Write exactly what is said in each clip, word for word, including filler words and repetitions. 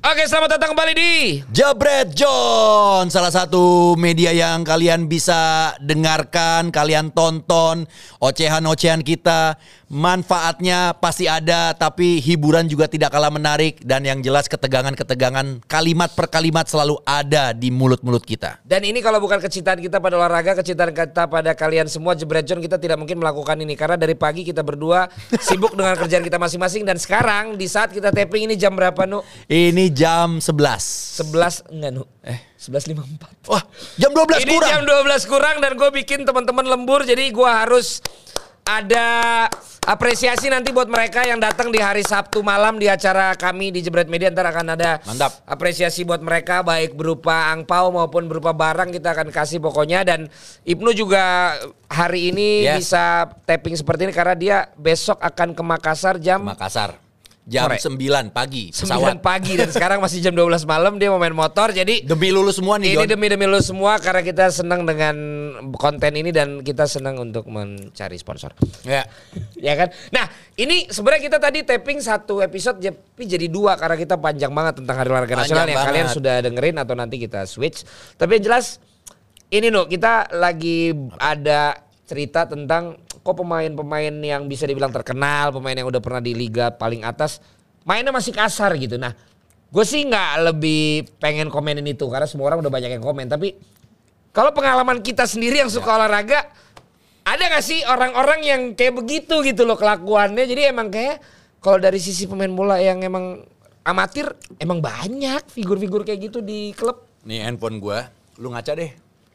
Oke, selamat datang kembali di Jebret John, salah satu media yang kalian bisa dengarkan, kalian tonton, ocehan-ocehan kita, manfaatnya pasti ada, tapi hiburan juga tidak kalah menarik, dan yang jelas ketegangan-ketegangan kalimat per kalimat selalu ada di mulut-mulut kita. Dan ini kalau bukan kecintaan kita pada olahraga, kecintaan kita pada kalian semua Jebret John, kita tidak mungkin melakukan ini karena dari pagi kita berdua sibuk dengan kerjaan kita masing-masing, dan sekarang di saat kita taping ini jam berapa, Nu? Ini jam sebelas. sebelas enggak, Nu. Eh, sebelas lima puluh empat. Wah, jam dua belas ini kurang. Ini jam dua belas kurang dan gue bikin teman-teman lembur, jadi gue harus ada apresiasi nanti buat mereka yang datang di hari Sabtu malam di acara kami di Jebret Media. Ntar akan ada Mantap. apresiasi buat mereka, baik berupa angpau maupun berupa barang kita akan kasih pokoknya. Dan Ibnu juga hari ini yes. bisa tapping seperti ini karena dia besok akan ke Makassar jam Makassar. Jam sore. sembilan pagi pesawat. sembilan pagi dan sekarang masih jam dua belas malam dia mau main motor. Jadi demi lulus semua nih, ini John. demi-demi lulus semua karena kita senang dengan konten ini dan kita senang untuk mencari sponsor. Ya. Ya kan? Nah, ini sebenarnya kita tadi taping satu episode tapi jadi dua karena kita panjang banget tentang Hari Olahraga Nasional yang banget. kalian sudah dengerin atau nanti kita switch. Tapi yang jelas ini loh, kita lagi ada cerita tentang kok pemain-pemain yang bisa dibilang terkenal, pemain yang udah pernah di liga paling atas, mainnya masih kasar gitu. Nah, gue sih nggak lebih pengen komenin itu karena semua orang udah banyak yang komen. Tapi kalau pengalaman kita sendiri yang suka ya. olahraga, ada nggak sih orang-orang yang kayak begitu gitu loh kelakuannya? Jadi emang kayak kalau dari sisi pemain bola yang emang amatir, emang banyak figur-figur kayak gitu di klub. Nih handphone gue, lu ngaca deh.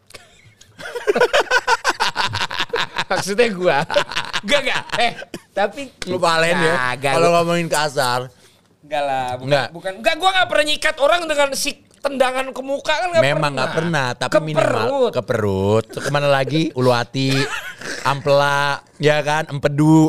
Maksudnya gue Gak gak Eh tapi lu palen ya kalau ngomongin kasar. Enggak lah bukan, Enggak bukan Enggak, gue gak pernah nyikat orang dengan si tendangan ke muka kan gak Memang pernah. gak pernah. Tapi ke minimal perut. Ke perut. Kemana lagi? Ulu hati, ampela, ya kan, empedu.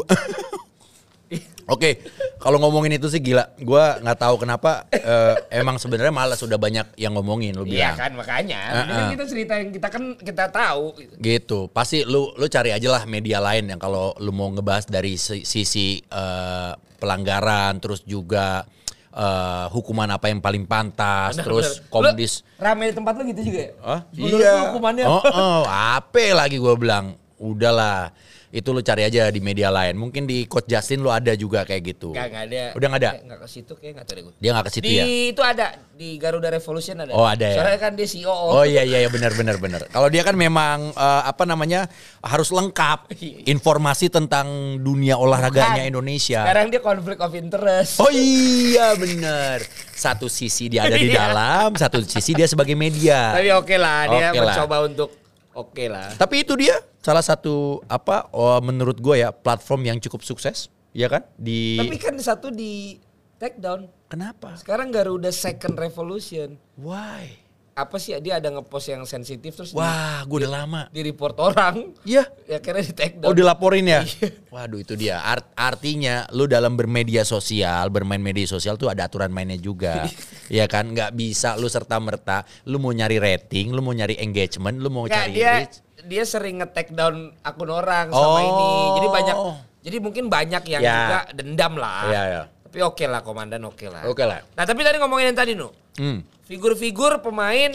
Oke, kalau ngomongin itu sih gila. Gua nggak tahu kenapa. Uh, emang sebenarnya malas, sudah banyak yang ngomongin, lu bilang. Iya kan, makanya. Uh-uh. Ini kan kita cerita yang kita kan kita tahu. Gitu. Pasti lu lu cari aja lah media lain yang kalau lu mau ngebahas dari sisi uh, pelanggaran, terus juga uh, hukuman apa yang paling pantas, benar, terus benar. Komdis. Lu, rame di tempat lu gitu juga ya? Oh, menurut iya. Lu hukumannya oh, oh, apa lagi gue bilang. Udahlah. Itu lu cari aja di media lain. Mungkin di Coach Justin lu ada juga kayak gitu. Gak, gak ada. Udah gak ada? Gak ke situ kayak gak tahu deh gue. Dia gak ke situ di, ya? Itu ada. Di Garuda Revolution ada. Oh ada ya? Soalnya kan dia C E O. Oh iya iya benar benar benar. Kalau dia kan memang uh, apa namanya harus lengkap informasi tentang dunia olahraganya Bukan. Indonesia. Sekarang dia conflict of interest. Oh iya benar. Satu sisi dia ada di dalam, satu sisi dia sebagai media. Tapi oke okay lah, dia okay mencoba lah. untuk oke okay lah. Tapi itu dia salah satu apa oh, menurut gue ya platform yang cukup sukses, ya kan? Di Tapi kan satu di take down. Kenapa? Sekarang Garuda Second Revolution. Why? Apa sih dia ada ngepost yang sensitif terus wah, gue udah lama di report orang. Iya. Ya karena di take down. Oh, dilaporin ya? Waduh, itu dia. Art, artinya lu dalam bermedia sosial, bermain media sosial tuh ada aturan mainnya juga. Iya kan? Nggak bisa lu serta-merta lu mau nyari rating, lu mau nyari engagement, lu mau Nggak, cari dia, reach. Dia sering nge-take down akun orang oh. sama ini. Jadi banyak jadi mungkin banyak yang ya. juga dendam lah. Iya, ya. Tapi oke okay lah komandan, oke okay lah. Oke okay lah. Nah, tapi tadi ngomongin yang tadi, Nu. Hmm. Figur-figur pemain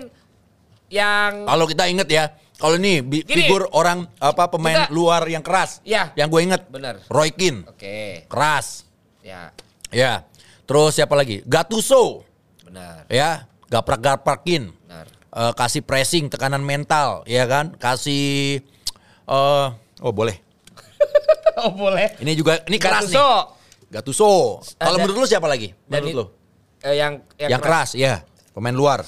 yang kalau kita inget ya, kalau ini bi- figur orang apa pemain kita, luar yang keras. Ya. Yang gue inget. Bener. Roy Keane. Oke. Okay. Keras. Ya. Ya. Terus siapa lagi? Gattuso. Benar. Ya, gaprak-gaprakin. Benar. Uh, kasih pressing, tekanan mental, ya kan? Kasih uh, oh boleh. Oh boleh. Ini juga ini keras Gattuso. nih. Gattuso. Kalau menurut lu siapa lagi? Menurut Dan lu? Eh, yang yang, Yang keras, keras ya. Pemain luar.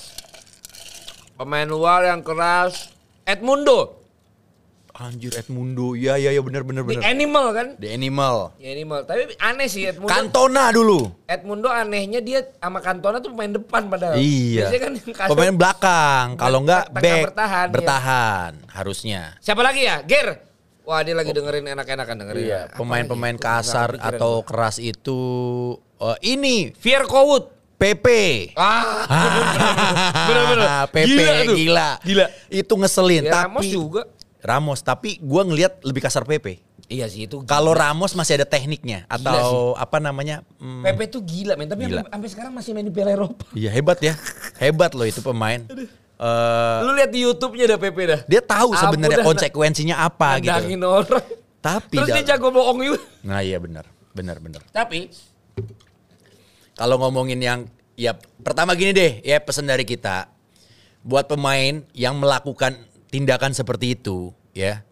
Pemain luar yang keras. Edmundo. Anjir Edmundo. Ya ya ya benar benar The benar. Animal kan? The Animal. The Animal. Tapi aneh sih Edmundo. Cantona dulu. Edmundo anehnya dia sama Cantona tuh pemain depan padahal. Iya. Biasanya kan yang kadang pemain belakang. Kalau enggak tengah back bertahan, bertahan ya. Harusnya. Siapa lagi ya? Ger. Wah dia lagi dengerin enak-enakan dengerin. Iya. Pemain-pemain gitu? kasar atau gua. keras itu uh, ini Vierkowood. P P. Ah, bener-bener. P P Gila tuh. gila. Gila. Itu ngeselin. Ya, tapi Ramos juga. Ramos, tapi gue ngelihat lebih kasar P P. Iya sih itu. Kalau Ramos masih ada tekniknya atau apa namanya? Hmm, Pepe tuh gila men, tapi gila. sampai, sampai sekarang masih main di Piala Eropa. Iya hebat ya, hebat loh itu pemain. Uh, Lu lihat di YouTube-nya dah Pepe dah. dia tahu sebenarnya Ampun, konsekuensinya apa gitu. Nandangin orang. Tapi terus dal- dia jago bohong juga. Nah iya benar, benar benar. Tapi Kalau ngomongin yang ya pertama gini deh, ya pesan dari kita buat pemain yang melakukan tindakan seperti itu, ya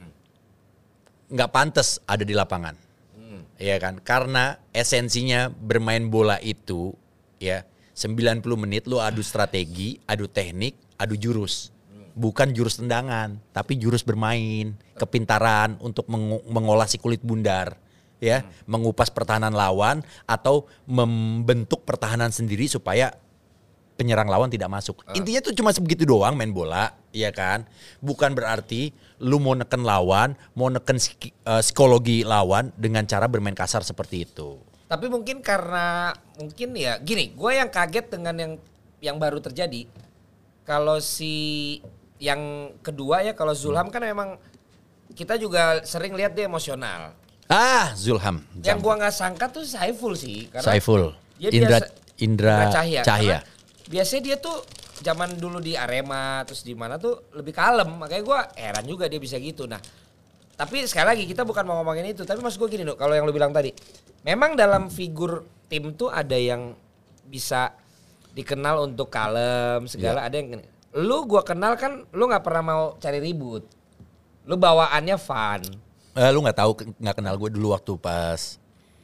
nggak pantas ada di lapangan, hmm. ya kan? Karena esensinya bermain bola itu, ya sembilan puluh menit lu adu strategi, adu teknik, adu jurus, hmm. bukan jurus tendangan, tapi jurus bermain, kepintaran untuk meng- mengolah si kulit bundar, ya, hmm. mengupas pertahanan lawan atau membentuk pertahanan sendiri supaya penyerang lawan tidak masuk. Uh. Intinya tuh cuma sebegitu doang main bola, ya kan? Bukan berarti lu mau neken lawan, mau neken psik- uh, psikologi lawan dengan cara bermain kasar seperti itu. Tapi mungkin karena mungkin ya gini, gue yang kaget dengan yang yang baru terjadi. Kalau si yang kedua ya, kalau Zulham kan memang kita juga sering lihat dia emosional. Ah, Zulham. Yang gue nggak sangka tuh Saiful sih. Karena Saiful. dia Indra biasa, Indra Cahya. Cahya. Biasanya dia tuh zaman dulu di Arema terus di mana tuh lebih kalem, makanya gue heran juga dia bisa gitu. Nah, tapi sekali lagi kita bukan mau ngomongin itu, tapi maksud gue gini dok, kalau yang lu bilang tadi, memang dalam figur tim tuh ada yang bisa dikenal untuk kalem segala, yeah. Ada yang lu gue kenal kan, lu nggak pernah mau cari ribut, lu bawaannya fun. Eh, lu nggak tahu nggak kenal gue dulu waktu pas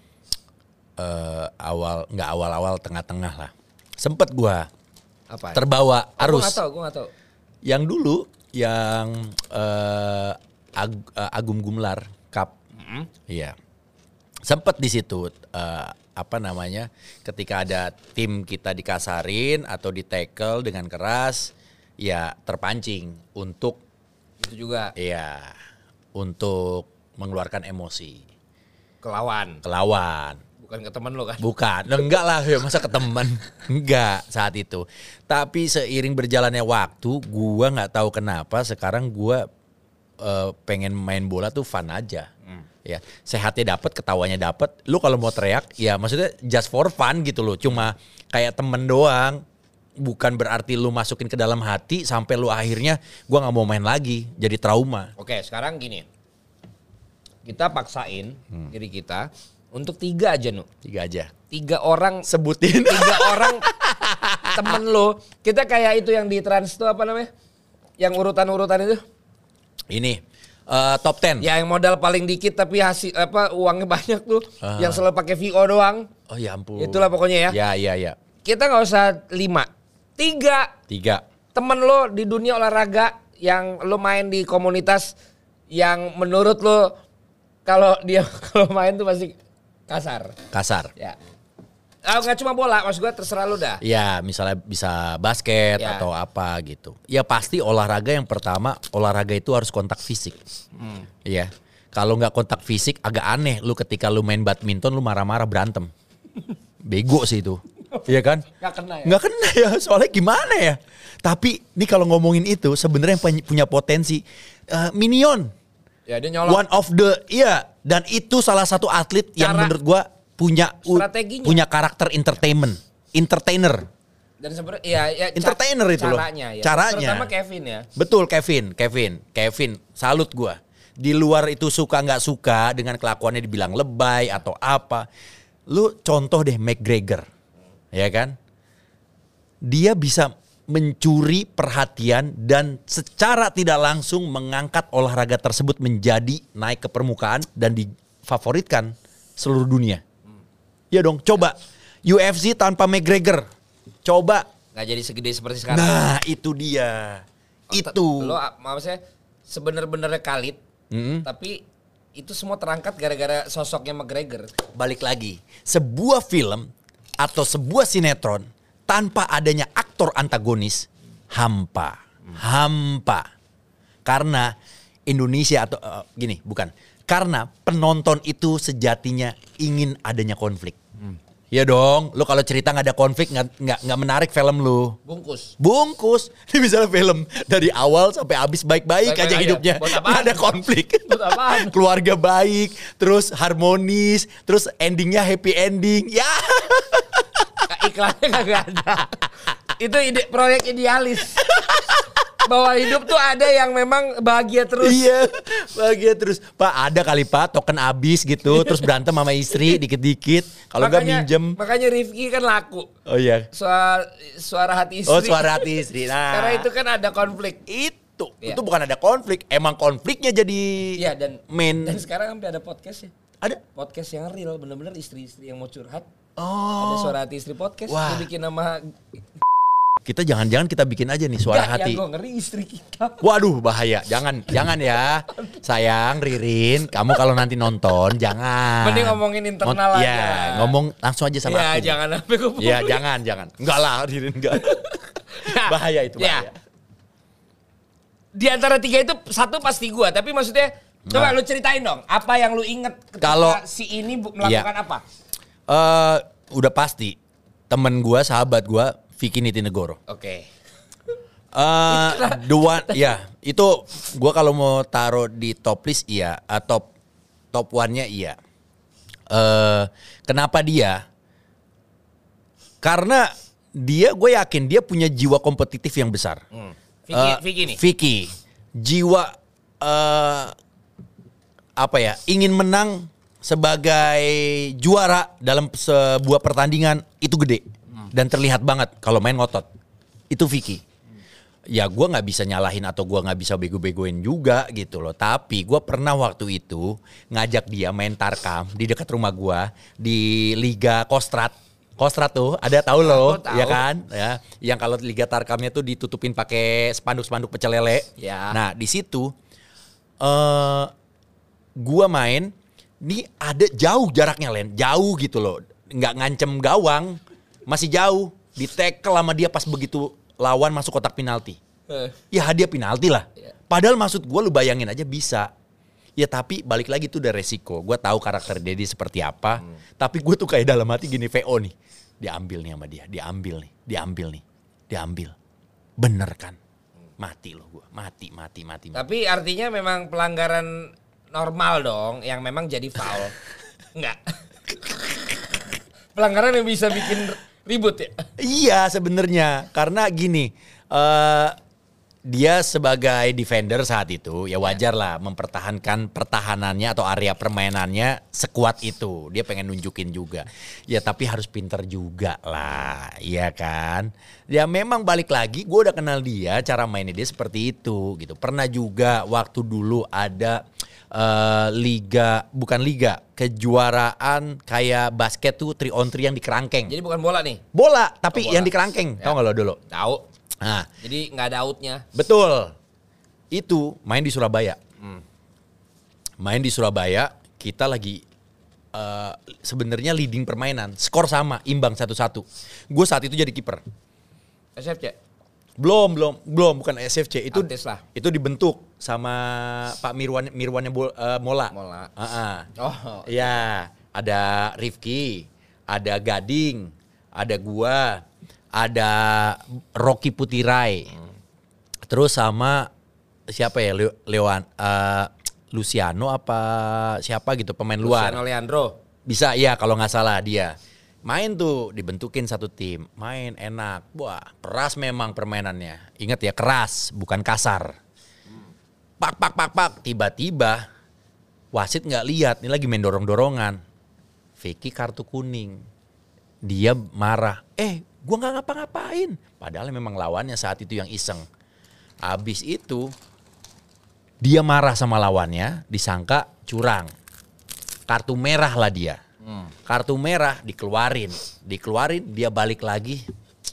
uh, awal nggak awal-awal tengah-tengah lah. Sempet gua apa? Terbawa Oh, arus. Gue gak tahu, gue gak tahu. Yang dulu yang uh, Ag- uh, Agum Gumelar Cup, mm-hmm. Iya. Sempet di situ uh, apa namanya? Ketika ada tim kita dikasarin atau di tackle dengan keras, ya terpancing untuk itu juga. Iya, untuk mengeluarkan emosi. Kelawan. Kelawan. Bukan ke teman lo kan? Bukan, nah, enggak lah, ya, masa ke teman, enggak saat itu. Tapi seiring berjalannya waktu, gua nggak tahu kenapa sekarang gua uh, pengen main bola tuh fun aja, hmm. ya sehatnya dapat, ketawanya dapat. Lu kalau mau teriak, ya maksudnya just for fun gitu loh, cuma kayak temen doang. Bukan berarti lu masukin ke dalam hati sampai lu akhirnya gua nggak mau main lagi, jadi trauma. Oke, sekarang gini, kita paksain hmm. diri kita. Untuk tiga aja Nu. Tiga aja. Tiga orang. Sebutin. Tiga orang temen lo. Kita kayak itu yang di Trans itu apa namanya? Yang urutan-urutan itu. Ini uh, top ten. Ya yang modal paling dikit tapi hasil apa uangnya banyak tuh. Uh. Yang selalu pakai V O doang. Oh ya ampun. Itulah pokoknya ya. Ya ya ya. Kita gak usah lima. Tiga. Tiga. Temen lo di dunia olahraga yang lo main di komunitas yang menurut lo kalau dia kalau main tuh pasti kasar. Kasar. Ya. Ah, nggak cuma bola, maksud gue terserah lu dah. Ya, misalnya bisa basket ya. Atau apa gitu. Ya pasti olahraga yang pertama, olahraga itu harus kontak fisik. Hmm. Ya. Kalau nggak kontak fisik agak aneh lu ketika lu main badminton lu marah-marah berantem. Bego sih itu. Iya kan? Nggak kena ya. Nggak kena ya, soalnya gimana ya? Tapi ini kalau ngomongin itu sebenarnya yang punya potensi uh, Minion. Ya dia nyolong. One of the, iya. Dan itu salah satu atlet Cara, yang menurut gua punya strateginya. punya karakter entertainment, entertainer. Dan sebenarnya ya, ya entertainer ca- itu loh. Caranya ya. Caranya. Terutama Kevin ya. Betul Kevin, Kevin, Kevin. Salut gua. Di luar itu suka nggak suka dengan kelakuannya dibilang lebay atau apa. Lu contoh deh McGregor. Ya kan? Dia bisa mencuri perhatian dan secara tidak langsung mengangkat olahraga tersebut menjadi naik ke permukaan dan difavoritkan seluruh dunia. Hmm. Ya dong, coba U F C tanpa McGregor. Coba. Nggak jadi segede seperti sekarang. Nah, itu dia. Oh, itu. Lo maksudnya sebenar-benarnya Khalid, hmm. tapi itu semua terangkat gara-gara sosoknya McGregor. Balik lagi, sebuah film atau sebuah sinetron tanpa adanya aktor antagonis, hampa, hmm. hampa. Karena Indonesia atau uh, gini, bukan. Karena penonton itu sejatinya ingin adanya konflik. Hmm. Iya dong, lu kalau cerita nggak ada konflik nggak nggak nggak menarik film lu. Bungkus. Bungkus. Ini misalnya film dari awal sampai habis baik-baik aja hidupnya, nggak ada konflik. Buat apaan? Keluarga baik, terus harmonis, terus endingnya happy ending. Ya. Iklannya kagak ada. Itu ide proyek idealis. Bahwa hidup tuh ada yang memang bahagia terus. Iya, bahagia terus. Pak, ada kali Pak token habis gitu, terus berantem sama istri dikit-dikit. Kalau nggak minjem. Makanya Rifki kan laku. Oh iya. Suara, suara hati istri. Oh, suara hati istri. Nah. Karena itu kan ada konflik. Itu, ya. itu bukan ada konflik. Emang konfliknya jadi Iya dan main. Dan sekarang sampai ada podcast ya. Ada podcast yang real, bener-bener istri-istri yang mau curhat. Oh. Ada suara hati istri podcast. Wah. Dia bikin nama. Kita jangan-jangan kita bikin aja nih suara Nggak, hati. Ya gue ngeri istri kita. Waduh bahaya, jangan, jangan ya. Sayang Ririn, kamu kalau nanti nonton jangan. Mending ngomongin internal Ngom- aja. Ya, ngomong langsung aja sama ya, aku. jangan sampai gue. Ya jangan, jangan. Enggak lah Ririn, enggak. Bahaya itu, bahaya. Ya. Di antara tiga itu satu pasti gue, tapi maksudnya coba Nah. lu ceritain dong, apa yang lu inget ketika Kalau- si ini bu- melakukan Iya. apa? Eh, udah pasti temen gua, sahabat gua, Vicky Nitinegoro. Oke. Eh, dua, ya itu gua kalau mau taruh di top list iya, uh, top top one-nya iya. Eh, kenapa dia? Karena dia, gue yakin dia punya jiwa kompetitif yang besar. Hmm. Vicky, Eh, Vicky nih. Vicky, jiwa eh, apa ya? Ingin menang sebagai juara dalam sebuah pertandingan itu gede dan terlihat banget kalau main ngotot. Itu Vicky. Ya gue nggak bisa nyalahin atau gue nggak bisa bego-begoin juga gitu loh. Tapi gue pernah waktu itu ngajak dia main tarkam di dekat rumah gue di Liga Kostrad. Kostrad tuh ada tahu loh, Aku tahu. ya kan? Ya, yang kalau Liga Tarkamnya tuh ditutupin pakai spanduk-spanduk pecel lele. Ya. Nah di situ eh gue main, nih ada jauh jaraknya Len, jauh gitu loh, nggak ngancem gawang, masih jauh, di tackle sama dia pas begitu lawan masuk kotak penalti. Eh. Ya hadiah penalti lah. Ya. Padahal maksud gue lu bayangin aja bisa. Ya tapi balik lagi tuh udah resiko. Gue tahu karakter Dedi seperti apa. Hmm. Tapi gue tuh kayak dalam hati gini, V O nih. Diambil nih sama dia, diambil nih, diambil nih, diambil. Bener kan? Mati loh gue, mati, mati, mati. mati. Tapi artinya memang pelanggaran normal dong, yang memang jadi foul. Enggak. Pelanggaran yang bisa bikin ribut ya. Iya sebenarnya karena gini, uh, dia sebagai defender saat itu ya wajar lah mempertahankan pertahanannya atau area permainannya sekuat itu. Dia pengen nunjukin juga. Ya tapi harus pinter juga lah, iya kan. Ya memang balik lagi, gue udah kenal dia, cara mainnya dia seperti itu gitu. Pernah juga waktu dulu ada uh, liga, bukan liga, kejuaraan kayak basket tuh three on three yang di kerangkeng. Jadi bukan bola nih. Bola, tapi Oh, bola. yang di kerangkeng. Ya. Tahu nggak lo dulu? Tahu. Nah, Jadi nggak ada outnya. betul. Itu main di Surabaya. Hmm. Main di Surabaya, kita lagi uh, sebenarnya leading permainan. Skor sama, imbang satu satu. Gue saat itu jadi kiper. S F C. Belum, belum, belum, bukan S F C. Itu Artis lah. itu dibentuk sama Pak Mirwan Mirwannya Bol- uh, Mola. Mola. Uh-uh. Oh. Iya, ada Rifki, ada Gading, ada gua, ada Rocky Putirai. Hmm. Terus sama siapa ya? Leo, Lewan uh, Luciano apa siapa gitu pemain luar. Luciano Leandro. Bisa ya kalau nggak salah dia. Main tuh dibentukin satu tim, main enak. Wah, keras memang permainannya. Ingat ya, keras, bukan kasar. Pak pak pak pak, tiba-tiba wasit nggak lihat, ini lagi main dorong-dorongan. Vicky kartu kuning. Dia marah. Eh, gua nggak ngapa-ngapain. Padahal memang lawannya saat itu yang iseng. Abis itu dia marah sama lawannya, disangka curang. Kartu merah lah dia. Hmm. Kartu merah dikeluarin, dikeluarin dia balik lagi.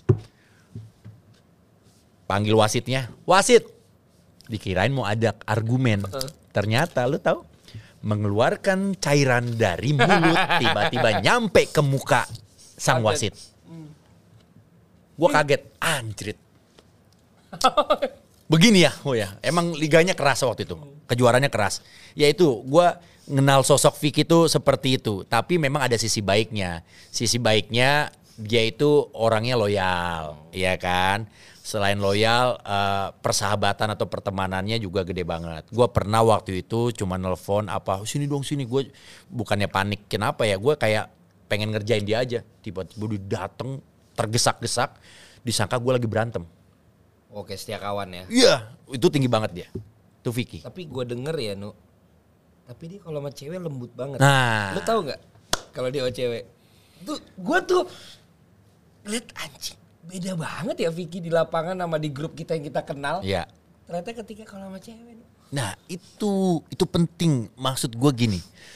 Panggil wasitnya, wasit. Dikirain mau ada argumen. Ternyata lu tahu, mengeluarkan cairan dari mulut tiba-tiba nyampe ke muka sang wasit. Gua kaget, anjrit. Begini ya, oh ya, emang liganya keras waktu itu. kejuarannya keras. Ya itu, gue kenal sosok Vicky itu seperti itu. Tapi memang ada sisi baiknya. Sisi baiknya dia itu orangnya loyal, ya kan. Selain loyal, uh, persahabatan atau pertemanannya juga gede banget. Gue pernah waktu itu cuma nelfon apa, sini dong sini. Gue bukannya panik, kenapa ya? Gue kayak pengen ngerjain dia aja. Tiba-tiba dia dateng, tergesak-gesak, disangka gue lagi berantem. Oke, setia kawan ya. Iya, itu tinggi banget dia. Itu Vicky. Tapi gue denger ya, Nu. Tapi dia kalau sama cewek lembut banget. Nah. Lu tahu nggak? Kalau dia sama cewek. Tuh, gue tuh lihat anjing. Beda banget ya Vicky di lapangan sama di grup kita yang kita kenal. Iya. Ternyata ketika kalau sama cewek. Nu. Nah, itu itu penting. Maksud gue gini.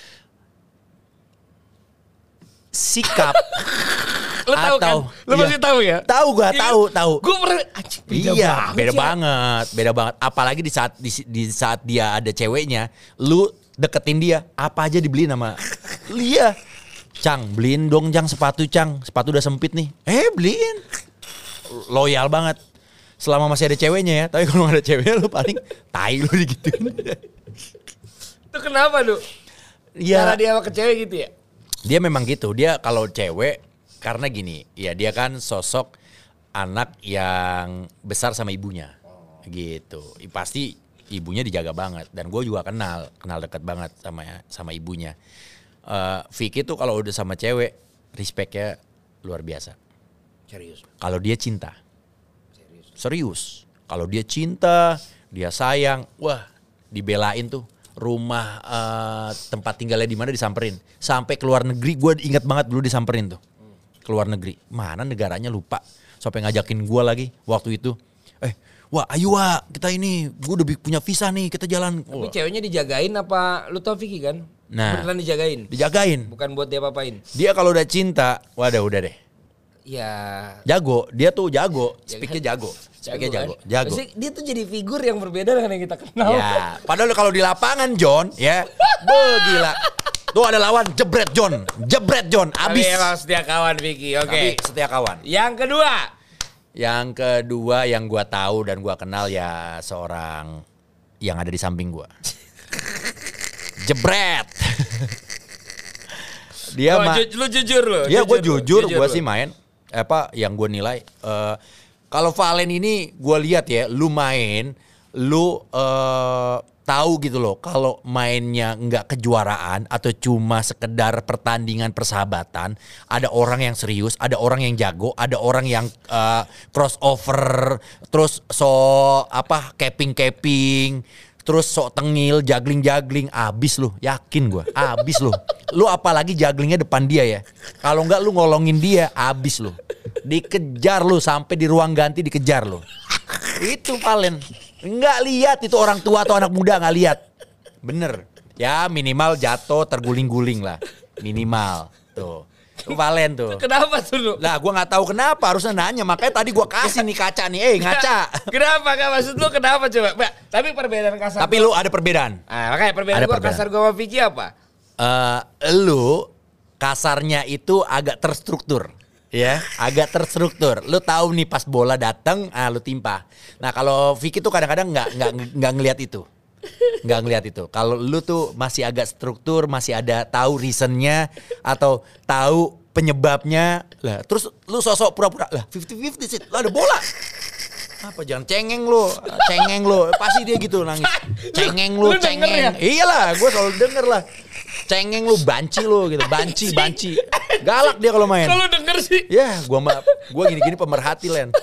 Sikap Lu tahu kan? Lu iya. masih tahu ya? Tahu gua, Iya. tahu, tahu. Gue pernah anjing beda iya, banget. beda ya. banget, beda banget. Apalagi di saat di, di saat dia ada ceweknya, lu deketin dia, apa aja dibeliin sama Lia. Cang, beliin dong Cang sepatu Cang, sepatu udah sempit nih. Eh, beliin. Loyal banget. Selama masih ada ceweknya ya, tapi kalau gak ada ceweknya lu paling tai lu digituin. Itu kenapa, Du? Iya. Cara dia sama ke cewek gitu ya? Dia memang gitu. Dia kalau cewek karena gini, ya dia kan sosok anak yang besar sama ibunya. Gitu. Pasti ibunya dijaga banget dan gue juga kenal, kenal dekat banget sama sama ibunya. Uh, Vicky tuh kalau udah sama cewek, respectnya luar biasa. Serius. Kalau dia cinta. Serius. Serius. Kalau dia cinta, dia sayang, wah, dibelain tuh. Rumah uh, tempat tinggalnya di mana disamperin. Sampai ke luar negeri, gue ingat banget dulu disamperin tuh. Ke luar negeri. Mana negaranya lupa. Sampai ngajakin gue lagi waktu itu. Eh, wah ayo wah kita ini, gue udah punya visa nih, kita jalan. Tapi Wah. ceweknya dijagain apa? Lu tau Vicky kan? Nah. Beneran dijagain? Dijagain. Bukan buat dia apain? Dia kalau udah cinta, wadah udah deh. Ya. Jago, dia tuh jago. Speaknya jago. Speaknya jago. Kan? Jago. Maksudnya dia tuh jadi figur yang berbeda dengan yang kita kenal. Ya, padahal kalau di lapangan John, ya, be gila. Tuh ada lawan, jebret John, jebret John, abis. Tapi emang setia kawan Vicky, oke. Tapi setia kawan. Yang kedua. Yang kedua yang gua tahu dan gua kenal ya seorang yang ada di samping gua. Jebret. Dia Oh, mah, ju- lu jujur lu. ya gue lu, jujur, gue lu. sih main apa yang gue nilai. Uh, kalau Valen ini gue lihat ya, lu main, lu uh, tahu gitu loh. Kalau mainnya nggak kejuaraan atau cuma sekedar pertandingan persahabatan, ada orang yang serius, ada orang yang jago, ada orang yang uh, crossover, terus so apa caping caping. Terus sok tengil, juggling-juggling, abis lu, yakin gue, abis lu. Lu apalagi jugglingnya depan dia ya. Kalau enggak lu ngolongin dia, abis lu. Dikejar lu, sampai di ruang ganti dikejar lu. Itu Valen. Enggak lihat itu orang tua atau anak muda, enggak lihat. Bener. Ya minimal jatuh, terguling-guling lah. Minimal. Tuh. Itu Valen tuh. Kenapa tuh lu? Lah gue gak tahu kenapa, harusnya nanya. Makanya tadi gue kasih nih kaca nih, eh ngaca. Kenapa gak maksud lu kenapa coba? Mbak, tapi perbedaan kasar. Tapi lu ada perbedaan. Ah, makanya perbedaan Ada gua perbedaan. kasar gua sama Vicky apa? Uh, lu kasarnya itu agak terstruktur, ya, agak terstruktur. Lu tahu nih pas bola datang, ah lu timpa. Nah kalau Vicky tuh kadang-kadang nggak nggak nggak ngelihat itu, nggak ngelihat itu. Kalau lu tuh masih agak struktur, masih ada tahu reasonnya atau tahu penyebabnya. Lah terus lu sosok pura-pura lah fifty fifty sih, lu ada bola. Apa jangan cengeng lu, cengeng lu, pasti dia gitu nangis. Cengeng lu, Lu denger cengeng. ya? Iyalah, gue selalu denger lah. Cengeng lu, banci lu gitu, banci, banci. Galak dia kalau main. Kalau denger sih. Ya, gua mah gua gini-gini pemerhati Len.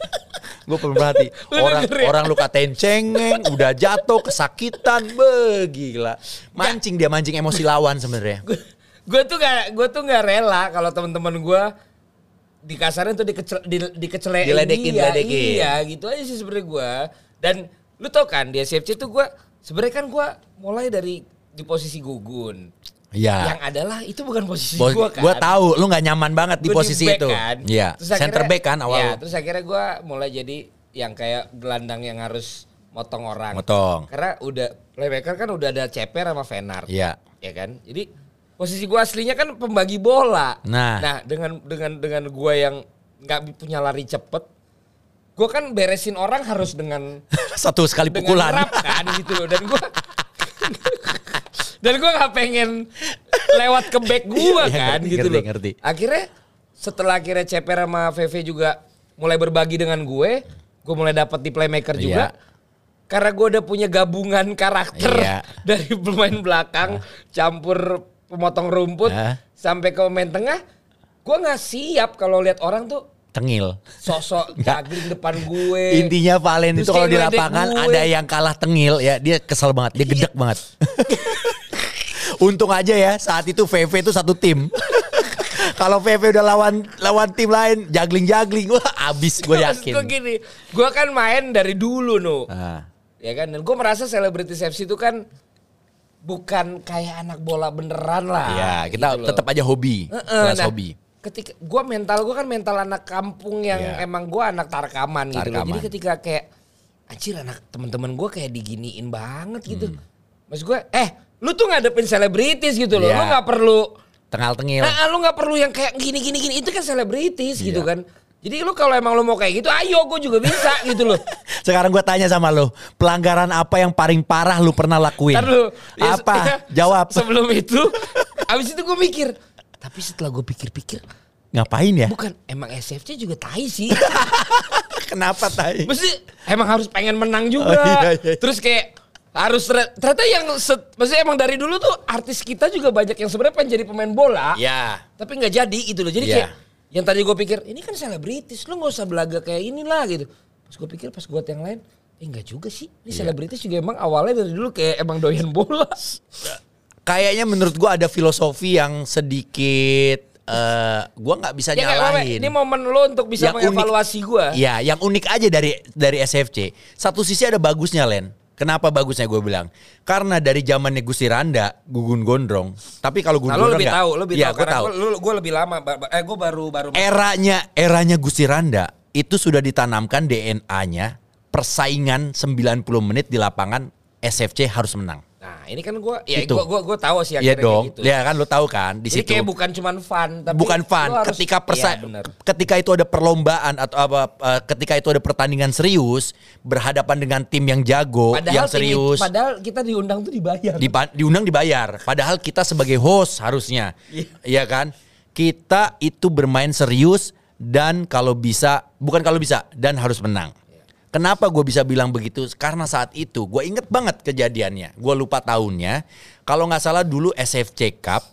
Gue pemerhati. Lu Orang denger ya? orang lu katain cengeng, udah jatuh kesakitan, be gila. Mancing dia mancing emosi lawan sebenarnya. Gue tuh gak, gue tuh gak rela kalau teman-teman gue dikasarin tuh dikecel, di, dikecelein Diledekin, dia. diledekin. Iya, gitu aja sih sebenarnya gue. Dan lu tau kan di S F C tuh gue sebenarnya kan gue mulai dari di posisi gugun. Iya. Yang adalah itu bukan posisi Bos, gue kan. Gue tahu lu nggak nyaman banget di Gua posisi back itu. kan. Iya. Terus Center akhirnya- back kan awal. Iya, terus akhirnya gue mulai jadi yang kayak gelandang yang harus motong orang. Motong. Karena udah playmaker kan udah ada Ceper sama Venar. Iya. Ya kan? Jadi posisi gue aslinya kan pembagi bola. Nah. Nah, dengan dengan dengan gue yang nggak punya lari cepet, gue kan beresin orang harus dengan Satu sekali dengan pukulan. rap kan gitu loh. Dan gue Dan gue gak pengen lewat ke back gue kan ngerti, gitu ngerti, loh. ngerti. Akhirnya setelah akhirnya Ceper sama V V juga mulai berbagi dengan gue, gue mulai dapat di playmaker juga. Iya. Karena gue udah punya gabungan karakter Iya. dari pemain belakang, campur pemotong rumput, Ah. sampai ke pemain tengah. Gue gak siap kalau lihat orang tuh Tengil. sosok Nggak. juggling depan gue. Intinya Valen Terus itu kalau kayak di ngeledek lapangan gue. ada yang kalah tengil ya, dia kesel banget, dia gedek banget. Untung aja ya saat itu V V itu satu tim. Kalau V V udah lawan lawan tim lain juggling-juggling, wah abis gue yakin. Gue gini, gue kan main dari dulu no. Ah. Ya kan, dan gue merasa Celebrity F C itu kan bukan kayak anak bola beneran lah. Iya, kita gitu loh. tetap aja hobi, Heeh, kelas nah, hobi. Ketika gue mental gue kan mental anak kampung yang Iya. emang gue anak tarkaman gitu loh. Tarkaman. Jadi ketika kayak anjir anak temen-temen gue kayak diginiin banget gitu. Hmm. Maksud gue, eh lu tuh ngadepin selebritis gitu loh. Iya. Lu nggak perlu, Tengal tengil. nah, lu nggak perlu yang kayak gini gini gini. Itu kan selebritis Iya. gitu kan. Jadi lu kalau emang lu mau kayak gitu, ayo gue juga bisa gitu loh. Sekarang gue tanya sama lo, pelanggaran apa yang paling parah lu pernah lakuin? Ntar lu, ya, Apa? ya, Jawab. se- Sebelum itu, abis itu gue mikir. Tapi setelah gue pikir-pikir, Ngapain ya? bukan emang S F C juga tai sih. Kenapa tai? Mesti emang harus pengen menang juga. Oh, iya, iya. Terus kayak harus re- ternyata yang set, maksudnya emang dari dulu tuh artis kita juga banyak yang sebenarnya pengen jadi pemain bola, Ya. tapi nggak jadi gitu loh. Jadi Iya. kayak yang tadi gue pikir ini kan selebritis, lu nggak usah belaga kayak inilah gitu. Pas gue pikir pas gue yang lain, eh nggak juga sih. Ini Iya. selebritis juga emang awalnya dari dulu kayak emang doyan bola. Kayaknya menurut gua ada filosofi yang sedikit eh gua nggak bisa Ya nggak apa-apa, nyalahin. ini momen lo untuk bisa Yang unik- mengevaluasi gue. Iya, yang unik aja dari dari S F C. Satu sisi ada bagusnya, Len. Kenapa bagusnya gue bilang? Karena dari zamannya Gusti Randa, Gugun Gondrong. Tapi kalau Gugun Nah, lo Gondrong lebih nggak- tahu, lo lebih Iya, tahu gua karena tahu. gue gue lebih lama. ba- ba- Eh gue baru baru. Eranya eranya Gusti Randa itu sudah ditanamkan D N A-nya persaingan sembilan puluh menit di lapangan S F C harus menang. Nah ini kan gue, ya Itu. gue gue gue tahu sih Iya akhirnya dong. kayak gitu. Ya kan lo tahu kan di Jadi situ. kayak bukan cuman fun, tapi Bukan fun. lo harus- Ketika persa- Iya, bener. ketika itu ada perlombaan atau apa eh, ketika itu ada pertandingan serius berhadapan dengan tim yang jago, Padahal yang tim- serius, padahal kita diundang tuh dibayar. diba- diundang dibayar. Padahal kita sebagai host harusnya, Iya. iya kan? Kita itu bermain serius dan kalau bisa, bukan kalau bisa dan harus menang. Kenapa gue bisa bilang begitu? Karena saat itu gue inget banget kejadiannya. Gue lupa tahunnya. Kalau nggak salah dulu S F C Cup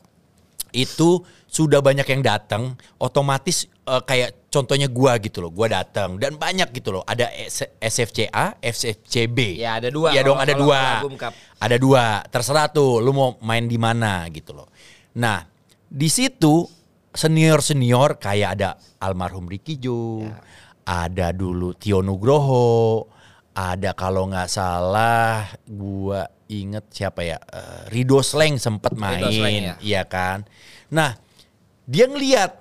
itu sudah banyak yang datang. Otomatis eh, kayak contohnya gue gitu loh. Gue datang dan banyak gitu loh. Ada S- SFC A, S F C B. Ya, ada dua Iya kalau- dong, ada kalau dua. Album Cup. Ada dua. Terserah tuh, lu mau main di mana gitu loh. Nah, di situ senior-senior kayak ada almarhum Ricky Jo. Ya. Ada dulu Tio Nugroho, ada kalau nggak salah gua inget siapa ya, eh, Rido Sleng sempet main, Rido Sleng, ya. iya kan. Nah, dia ngeliat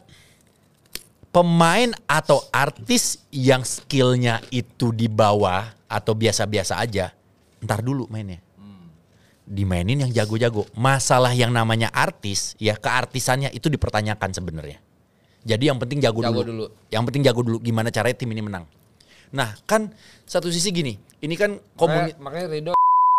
pemain atau artis yang skillnya itu di bawah atau biasa-biasa aja, ntar dulu mainnya. Dimainin yang jago-jago. Masalah yang namanya artis, ya keartisannya itu dipertanyakan sebenarnya. Jadi yang penting jago, Jago dulu. dulu. Yang penting jago dulu gimana caranya tim ini menang. Nah kan satu sisi gini, ini kan komuni... Makanya, makanya Rido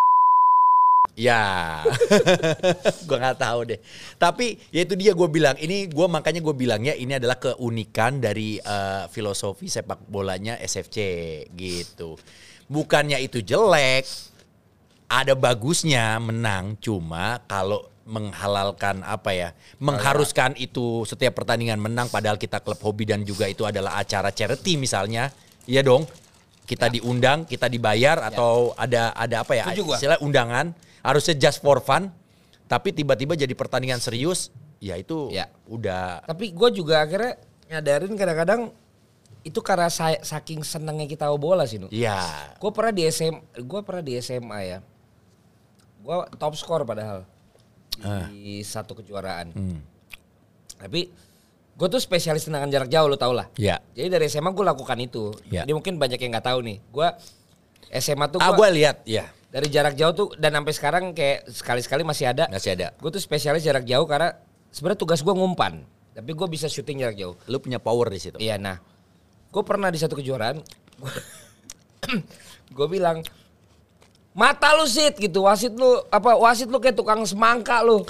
Ya, gue nggak tahu deh. Tapi ya itu dia gue bilang. Ini gue makanya gue bilangnya ini adalah keunikan dari eh, filosofi sepak bolanya S F C gitu. Bukannya itu jelek, ada bagusnya menang. Cuma kalau menghalalkan apa ya, mengharuskan itu setiap pertandingan menang. Padahal kita klub hobi dan juga itu adalah acara charity misalnya, iya dong. Kita diundang, kita dibayar atau ada ada apa ya? Setuju gua. Istilah undangan. Harusnya just for fun, tapi tiba-tiba jadi pertandingan serius, ya itu Ya. udah. Tapi gue juga akhirnya nyadarin kadang-kadang itu karena saya, saking senengnya kita bola sih, Nu. Ya. Gue pernah di S M, gue pernah di S M A ya. Gue top skor padahal di satu kejuaraan. Hmm. Tapi gue tuh spesialis tendangan jarak jauh, lo tau lah. Ya. Jadi dari S M A gue lakukan itu. Ya. Jadi mungkin banyak yang nggak tahu nih. Gue S M A tuh Ah, gua gue lihat, ya. dari jarak jauh tuh dan sampai sekarang kayak sekali-sekali masih ada. Masih ada. Gue tuh spesialis jarak jauh karena sebenarnya tugas gue ngumpan, tapi gue bisa syuting jarak jauh. Lu punya power di situ. Iya, nah, gue pernah di satu kejuaraan, gue bilang, Mata lu Sid gitu, wasit lu apa wasit lu kayak tukang semangka lu.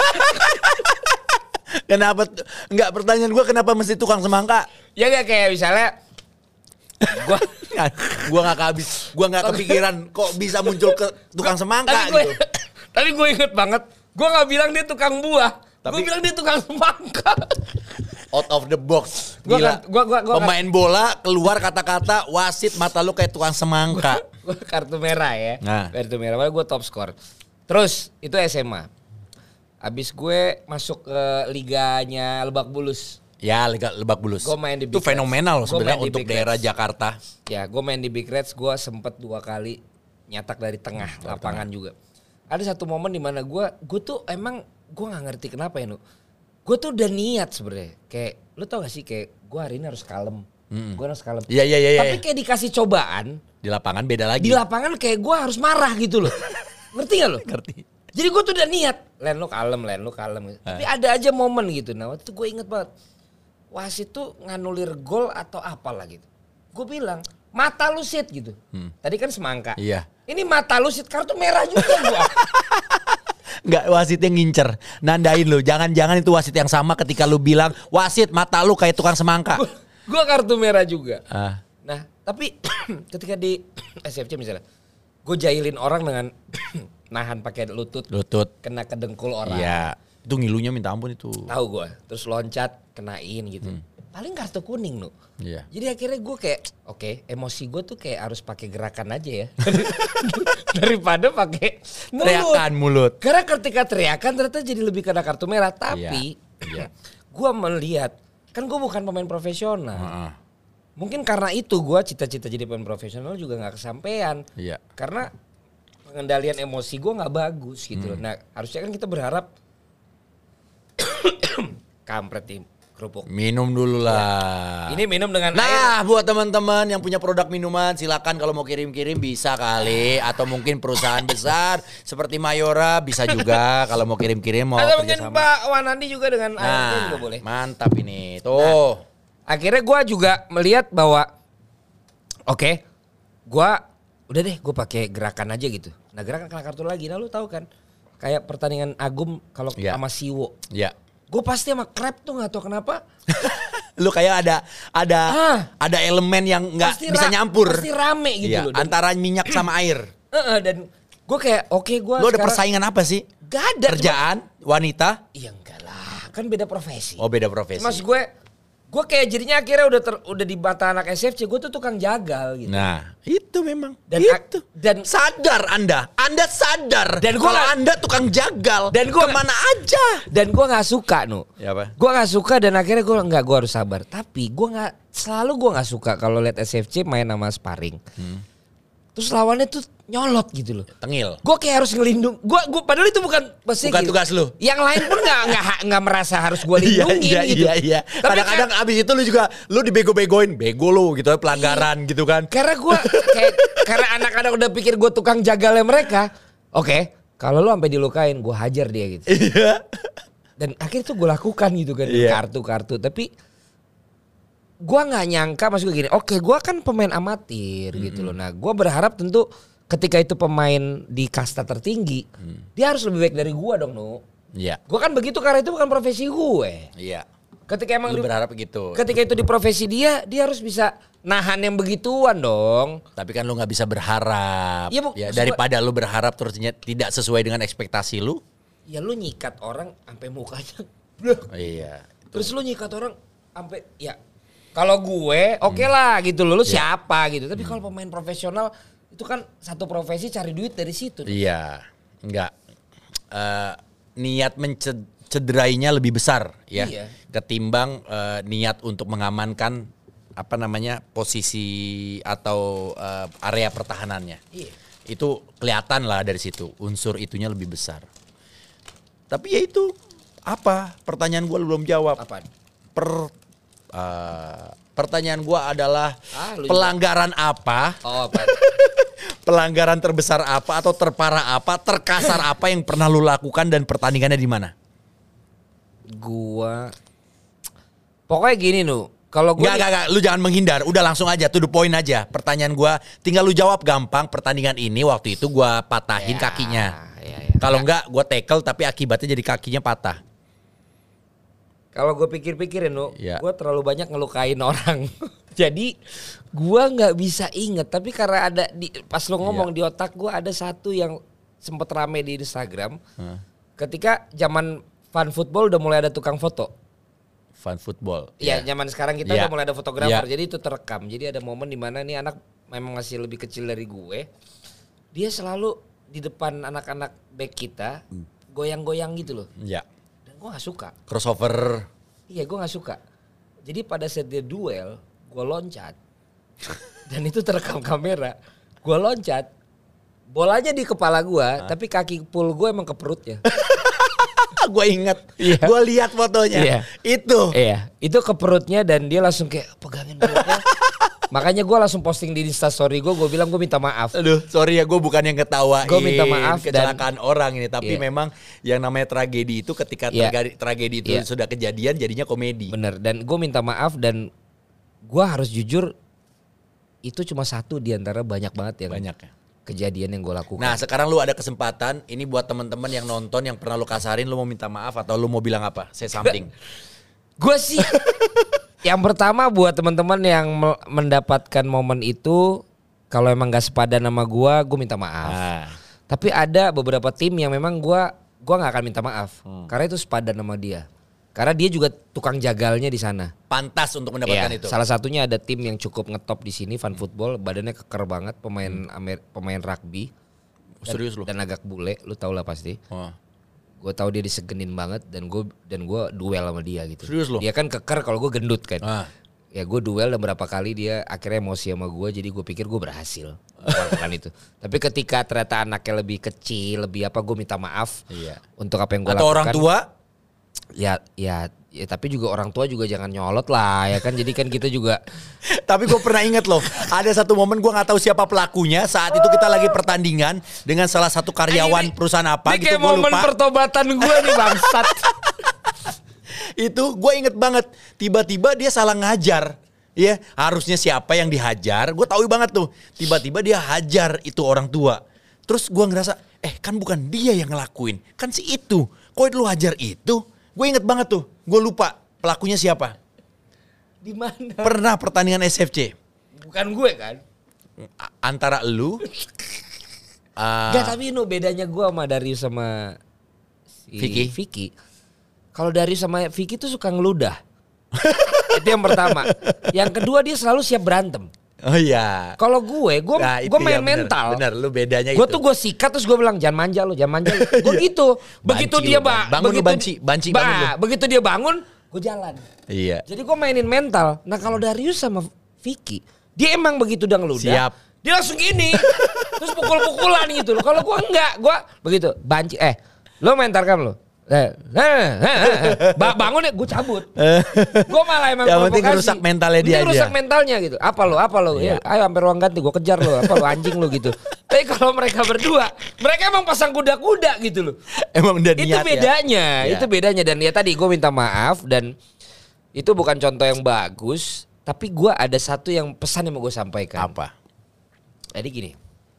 Kenapa enggak pertanyaan gua kenapa mesti tukang semangka? Ya gak kayak misalnya gua gua enggak kehabis, gua enggak kepikiran kok bisa muncul ke tukang semangka tapi gue, gitu. Tapi gue inget banget, gue nggak bilang dia tukang buah, Tapi- gue bilang dia tukang semangka. Out of the box. Gua Gila. kan- gua- gua- gua- Pemain bola keluar kata-kata wasit mata lu kayak tukang semangka. Gue kartu merah ya, Nah. kartu merah, padahal gue top skor. Terus itu S M A, abis gue masuk ke liganya Lebak Bulus. Ya, Liga Lebak Bulus. Gua main di Itu Big Reds. fenomenal Gua sebenarnya main di untuk Big daerah Reds. Jakarta. Ya, gue main di Big Reds, gue sempet dua kali nyatak dari tengah lapangan juga. Ada satu momen dimana gue, gue tuh emang gue nggak ngerti kenapa ya, Nu. Gue tuh udah niat sebenarnya, kayak lu tau gak sih kayak gue hari ini harus kalem, gue harus kalem. Iya, iya, iya, iya. Tapi kayak dikasih cobaan Di lapangan beda lagi. di lapangan kayak gue harus marah gitu loh. Ngerti gak lo? Ngerti. Jadi gue tuh udah niat, Len lu kalem, Len lu kalem. Tapi ada aja momen gitu. Nah waktu itu gue inget banget, wasit tuh nganulir gol atau apalah gitu. Gue bilang, mata lu Sid gitu. Tadi kan semangka. Iya. Ini mata lu Sid, kartu merah juga gue. Enggak, wasit yang ngincer. Nandain lu. Jangan-jangan itu wasit yang sama ketika lu bilang, wasit mata lu kayak tukang semangka. Gue kartu merah juga. Ah. Nah tapi ketika di S F C misalnya, gue jahilin orang dengan nahan pakai lutut, Lutut. kena ke dengkul orang. Iya. Itu ngilunya minta ampun itu. Tahu gue, terus loncat kenain gitu. Paling kartu kuning nu. Iya. Jadi akhirnya gue kayak, oke, emosi gue tuh kayak harus pakai gerakan aja ya, daripada pakai mulut. Teriakan mulut. Karena ketika teriakan ternyata jadi lebih kena kartu merah. Tapi, Iya. gue melihat, kan gue bukan pemain profesional. Heeh. Mungkin karena itu gue cita-cita jadi pemain profesional juga nggak kesampaian. Iya. Karena pengendalian emosi gue nggak bagus gitu. Nah harusnya kan kita berharap kampret tim kerupuk. Minum dulu lah. Ini minum dengan air. Nah, buat teman-teman yang punya produk minuman, silakan kalau mau kirim-kirim bisa kali, atau mungkin perusahaan besar seperti Mayora bisa juga kalau mau kirim-kirim mau Atau mungkin kerjasama. Pak Wanandi juga dengan airnya Nah, juga boleh. mantap ini. Tuh. Akhirnya gue juga melihat bahwa, oke, gue udah deh gue pakai gerakan aja gitu. Nah gerakan kena kartu lagi. Nah lu tahu kan, kayak pertandingan Agum kalau Iya. sama Siwo. Ya. Gue pasti sama Krep tuh nggak tahu kenapa. Lu kayak ada ada Ah. ada elemen yang nggak Pasti bisa ra- nyampur. Pasti rame gitu Iya, loh. Dan, antara minyak sama air. uh-uh, dan gue kayak oke gue Lu ada persaingan apa sih? Gak ada. Kerjaan, wanita? Cuma, iya enggak lah. Kan beda profesi. Oh, beda profesi. Mas gue, gue kayak jadinya akhirnya udah ter, udah di mata anak S F C gue tuh tukang jagal gitu. Nah, itu memang. Dan itu. dan Sadar Anda, Anda sadar. Dan gua kalau nggak- Anda tukang jagal, Dan gua kemana aja? dan gue nggak suka nu. Ya apa? Gue nggak suka dan akhirnya gue nggak gue harus sabar. Tapi gue nggak selalu gue nggak suka kalau lihat S F C main sama sparring. Terus lawannya tuh nyolot gitu loh. Tengil. Gue kayak harus ngelindung. Gue gue padahal itu bukan pasti Bukan tugas lu. Yang lain pun nggak nggak nggak merasa harus gue lindungin iya, gitu. iya, iya. Tapi Kadang-kadang kan- abis itu lu juga lu dibego-begoin, bego lu gitu pelanggaran gitu kan. karena gue kayak karena anak-anak udah pikir gue tukang jagalnya mereka. Oke, kalau lu sampai dilukain, gue hajar dia gitu. Iya. Dan akhirnya tuh gue lakukan gitu kan Iya. kartu-kartu. Tapi gue nggak nyangka maksud gue gini. Oke, gue kan pemain amatir gitu loh. Nah, gue berharap tentu ketika itu pemain di kasta tertinggi, dia harus lebih baik dari gue dong, Nu. Iya. Gue kan begitu karena itu bukan profesi gue. Iya. Ketika emang Lu di- berharap begitu. ketika itu di profesi dia, dia harus bisa nahan yang begituan dong. Tapi kan lu nggak bisa berharap. Iya, Bu. Ya, Maksud daripada lu berharap terus ternyata tidak sesuai dengan ekspektasi lu. Ya lu nyikat orang sampai mukanya. Bleh. Oh, iya. Terus lu nyikat orang sampai ya kalau gue oke lah gitu loh, lu siapa gitu. Tapi kalau pemain profesional itu kan satu profesi cari duit dari situ. Iya. Enggak. Eh, niat mencederainya lebih besar ya. Iya. Ketimbang eh, niat untuk mengamankan apa namanya posisi atau eh, area pertahanannya. Iya. Itu kelihatan lah dari situ. Unsur itunya lebih besar. Tapi ya itu apa? Pertanyaan gue belum jawab. Apaan? Per eh, pertanyaan gue adalah Ah, lu pelanggaran apa? Oh, apa? Pelanggaran terbesar apa atau terparah apa, terkasar apa yang pernah lu lakukan dan pertandingannya di mana? Gua pokoknya gini nu, Kalau gue Enggak, enggak, enggak, lu jangan menghindar. Udah langsung aja, to the point aja. Pertanyaan gua tinggal lu jawab gampang. Pertandingan ini waktu itu gua patahin Ya, kakinya. ya, ya. Kalau enggak gua tackle tapi akibatnya jadi kakinya patah. Kalau gue pikir-pikirin lo, Ya. gue terlalu banyak ngelukain orang. Jadi gue nggak bisa inget. Tapi karena ada di pas lo ngomong Ya. di otak gue ada satu yang sempet rame di Instagram. Huh? Ketika zaman fan football udah mulai ada tukang foto. Fun football. Iya, Ya. zaman sekarang kita Ya. udah mulai ada fotografer. Ya. Jadi itu terekam. Jadi ada momen di mana nih anak memang masih lebih kecil dari gue. Dia selalu di depan anak-anak back kita goyang-goyang gitu loh. Ya. Dan gue nggak suka. Crossover. Iya, gue nggak suka. Jadi pada saat dia duel, gue loncat. Dan itu terekam kamera. Gue loncat. Bolanya di kepala gue, tapi kaki pul gue emang ke perutnya. Gue inget, Iya. gue lihat fotonya. Iya. Itu. Iya, itu ke perutnya dan dia langsung kayak pegangin perutnya. Makanya gue langsung posting di Instastory gue, gue bilang gue minta maaf. Aduh, sorry ya, gue bukan yang ketawain Gua minta maaf dan- kecelakaan orang ini, tapi Iya. memang yang namanya tragedi itu ketika Iya. terga- tragedi itu Iya. sudah kejadian jadinya komedi. Bener, dan gue minta maaf dan gue harus jujur itu cuma satu di antara banyak banget yang Banyak ya. kejadian yang gue lakukan. Nah, sekarang lu ada kesempatan ini buat teman-teman yang nonton yang pernah lu kasarin, lu mau minta maaf atau lu mau bilang apa? Say something. Gue sih yang pertama buat teman-teman yang me- mendapatkan momen itu, kalau emang gak sepadan sama gue, gue minta maaf. Ah. Tapi ada beberapa tim yang memang gue gua nggak akan minta maaf karena itu sepadan sama dia. Karena dia juga tukang jagalnya di sana. Pantas untuk mendapatkan Iya, itu. salah satunya ada tim yang cukup ngetop di sini, Fun Football, badannya keker banget, pemain Amer, pemain rugby. Dan, Serius lu? Dan agak bule, lu tau lah pasti. Oh. Gue tahu dia disegenin banget dan gue dan gue duel sama dia gitu. Serius lu? Dia kan keker, kalau gue gendut kan. Ah. Ya gue duel dan berapa kali dia akhirnya emosi sama gue, jadi gue pikir gue berhasil melakukan itu. Tapi ketika ternyata anaknya lebih kecil, lebih apa, gue minta maaf Iya. untuk apa yang gue Atau lakukan. orang tua? Ya, ya, ya, tapi juga orang tua juga jangan nyolot lah ya kan. Jadi kan kita juga Tapi gue pernah inget loh, ada satu momen gue nggak tahu siapa pelakunya. Saat itu kita lagi pertandingan dengan salah satu karyawan Ini- perusahaan apa ini gitu, kayak gue momen lupa. pertobatan gue nih bangsat. Itu gue inget banget, tiba-tiba dia salah ngajar. Ya, harusnya siapa yang dihajar? Gue tahu banget tuh. Tiba-tiba dia hajar itu orang tua. Terus gue ngerasa, eh kan bukan dia yang ngelakuin, kan si itu. Kok lu hajar itu? Gue inget banget tuh. Gue lupa pelakunya siapa. Di mana? Pernah pertandingan S F C Bukan gue kan? A- antara lu. uh, Gak, tapi no, bedanya gue sama Darius sama si Vicky. Vicky. Kalau Darius sama Vicky tuh suka ngeludah. Itu yang pertama. Yang kedua dia selalu siap berantem. Oh iya. Kalau gue, gue Nah, itu gue ya, main bener, mental. bener, lu bedanya Gue itu. tuh gue sikat terus gue bilang jangan manja lu, jangan manja lu. Gue gitu. Begitu Banci dia lu, ba- Bang. Bangun lu, begitu banci, banci ba- bangun lu. begitu dia bangun, gue jalan. Iya. Jadi gue mainin mental. Nah kalau Darius sama Vicky, dia emang begitu udah ngeludah. Siap. Dia langsung gini. Terus pukul-pukulan gitu loh. Kalau gue enggak, gue begitu banci. Eh, lo main tarkam lo. Eh, eh, eh, eh. Ba- bangun ya, gue cabut. Gue malah emang Yang penting provokasi. ngerusak mentalnya dia Penting rusak aja. mentalnya gitu. Apa lo, apa lo? Iya. Ya, ayo sampai ruang ganti, gue kejar lo. Apa lo anjing lo gitu. Tapi kalau mereka berdua, mereka emang pasang kuda-kuda gitu loh. Emang udah niat Itu ya? bedanya, Iya. itu bedanya. Dan ya tadi gue minta maaf dan itu bukan contoh yang bagus. Tapi gue ada satu yang pesan yang mau gue sampaikan. Apa? Jadi gini,